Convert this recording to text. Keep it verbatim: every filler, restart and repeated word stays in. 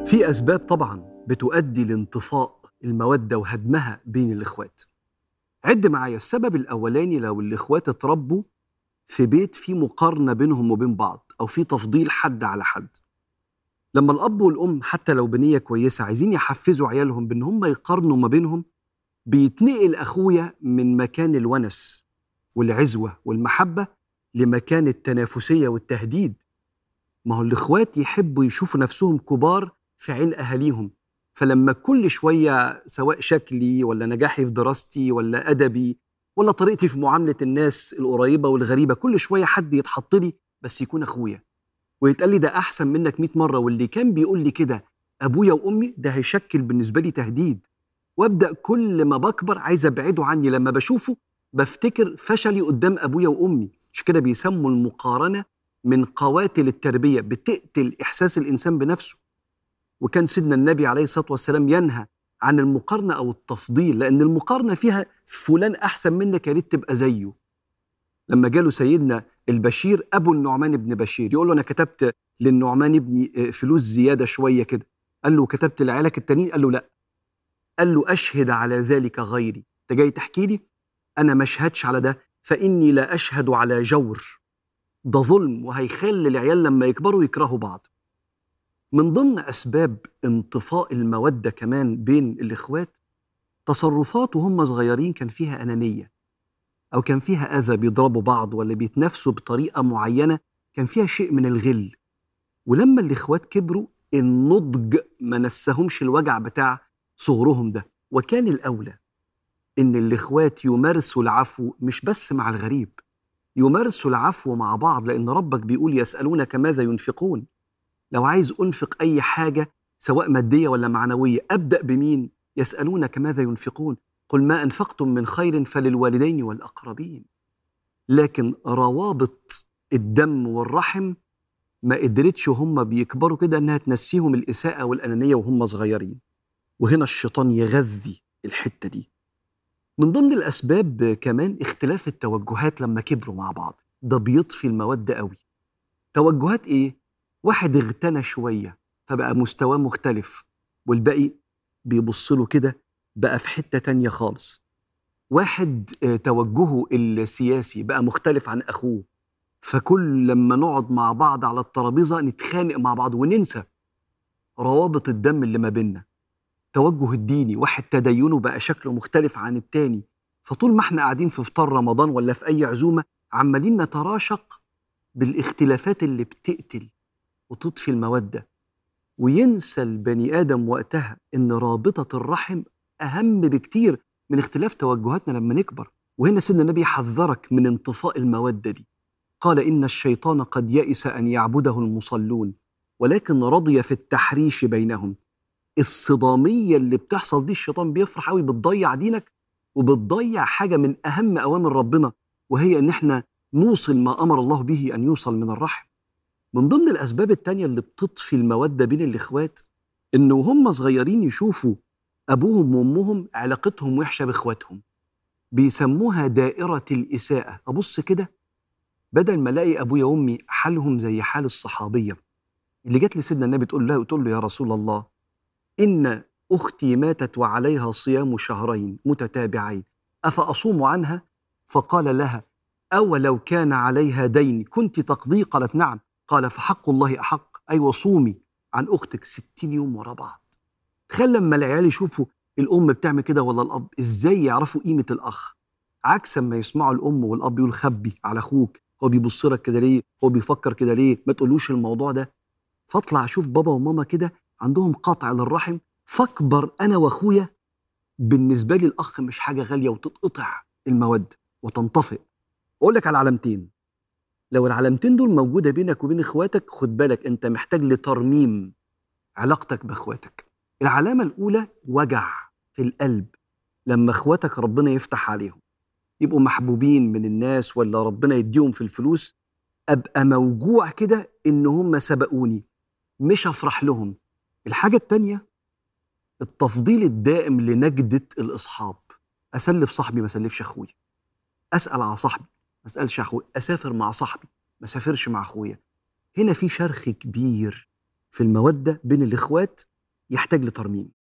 في أسباب طبعاً بتؤدي لانطفاء المودة وهدمها بين الإخوات. عد معايا السبب الأولاني: لو الإخوات اتربوا في بيت فيه مقارنة بينهم وبين بعض أو في تفضيل حد على حد. لما الأب والأم حتى لو بنية كويسة عايزين يحفزوا عيالهم بأن هم يقارنوا ما بينهم، بيتنقل أخويا من مكان الونس والعزوة والمحبة لمكان التنافسية والتهديد. ما هو الإخوات يحبوا يشوفوا نفسهم كبار في عين أهاليهم، فلما كل شوية سواء شكلي ولا نجاحي في دراستي ولا أدبي ولا طريقتي في معاملة الناس القريبة والغريبة، كل شوية حد يتحط لي بس يكون أخويا ويتقال لي ده أحسن منك مئة مرة، واللي كان بيقول لي كده أبويا وأمي ده هيشكل بالنسبة لي تهديد، وأبدأ كل ما بكبر عايز أبعده عني. لما بشوفه بفتكر فشلي قدام أبويا وأمي. مش كده بيسموا المقارنة من قواتل التربية، بتقتل إحساس الإنسان بنفسه. وكان سيدنا النبي عليه الصلاة والسلام ينهى عن المقارنة أو التفضيل، لأن المقارنة فيها فلان أحسن منك يا ريت تبقى زيه. لما جاله سيدنا البشير أبو النعمان بن بشير يقول له أنا كتبت للنعمان ابني فلوس زيادة شوية كده، قال له كتبت لعيالك التانيين؟ قال له لا. قال له أشهد على ذلك غيري، أنت جاي تحكي لي؟ أنا ما أشهدش على ده، فإني لا أشهد على جور، ده ظلم وهيخلي العيال لما يكبروا يكرهوا بعض. من ضمن أسباب انطفاء المودة كمان بين الإخوات تصرفات وهم صغيرين كان فيها أنانية، أو كان فيها أذى، بيضربوا بعض ولا بيتنافسوا بطريقة معينة كان فيها شيء من الغل. ولما الإخوات كبروا النضج ما نسهمش الوجع بتاع صغرهم ده، وكان الأولى إن الإخوات يمارسوا العفو مش بس مع الغريب، يمارسوا العفو مع بعض، لأن ربك بيقول يسألونك ماذا ينفقون. لو عايز أنفق أي حاجة سواء مادية ولا معنوية أبدأ بمين؟ يسألونك ماذا ينفقون قل ما أنفقتم من خير فللوالدين والأقربين. لكن روابط الدم والرحم ما قدرتش هم بيكبروا كده أنها تنسيهم الإساءة والأنانية وهم صغيرين، وهنا الشيطان يغذي الحتة دي. من ضمن الأسباب كمان اختلاف التوجهات لما كبروا مع بعض، ده بيطفي المودة قوي. توجهات إيه؟ واحد اغتنى شوية فبقى مستواه مختلف والباقي بيبصله كده بقى في حتة تانية خالص. واحد توجهه السياسي بقى مختلف عن أخوه، فكل لما نقعد مع بعض على الترابيزة نتخانق مع بعض وننسى روابط الدم اللي ما بيننا. توجه الديني، واحد تدينه بقى شكله مختلف عن التاني، فطول ما احنا قاعدين في فطار رمضان ولا في أي عزومة عمالين نتراشق بالاختلافات اللي بتقتل وتطفي المودة. وينسى البني آدم وقتها إن رابطة الرحم أهم بكتير من اختلاف توجهاتنا لما نكبر. وهنا سيدنا النبي حذرك من انطفاء المودة دي، قال إن الشيطان قد يئس أن يعبده المصلون ولكن رضي في التحريش بينهم. الصدامية اللي بتحصل دي الشيطان بيفرح قوي، بتضيع دينك وبتضيع حاجة من أهم أوامر ربنا، وهي إن احنا نوصل ما أمر الله به أن يوصل من الرحم. من ضمن الأسباب التانية اللي بتطفي المودة بين الإخوات إنه هم صغيرين يشوفوا أبوهم وأمهم علاقتهم وحشة بإخواتهم، بيسموها دائرة الإساءة. أبص كده بدل ما ألاقي أبويا وأمي حالهم زي حال الصحابية اللي جت لسيدنا النبي تقول له تقول له يا رسول الله إن أختي ماتت وعليها صيام شهرين متتابعين أفأصوم عنها؟ فقال لها أولو كان عليها دين كنت تقضيه؟ قالت نعم. قال فحق الله أحق، أي وصومي عن أختك ستين يوم ورا بعض. تخيل لما العيال يشوفوا الأم بتعمل كده ولا الأب، إزاي يعرفوا قيمة الأخ، عكس ما يسمعوا الأم والأب يقول خبي على أخوك، هو بيبص لك كده ليه، هو بيفكر كده ليه، ما تقولوش الموضوع ده. فاطلع أشوف بابا وماما كده عندهم قطع للرحم، فاكبر أنا وأخويا بالنسبة لي الأخ مش حاجة غالية، وتتقطع المودة وتنطفئ. أقول لك على علامتين، لو العلامتين دول موجودة بينك وبين إخواتك خد بالك أنت محتاج لترميم علاقتك بإخواتك. العلامة الأولى وجع في القلب لما إخواتك ربنا يفتح عليهم يبقوا محبوبين من الناس ولا ربنا يديهم في الفلوس، أبقى موجوع كده إن هم سبقوني مش أفرح لهم. الحاجة التانية التفضيل الدائم لنجدة الأصحاب، أسلف صاحبي ما أسلفش أخويا، أسأل على صاحبي ما أسألش أخويا، أسافر مع صاحبي ما أسافرش مع أخويا. هنا في شرخ كبير في المودة بين الإخوات يحتاج لترميم.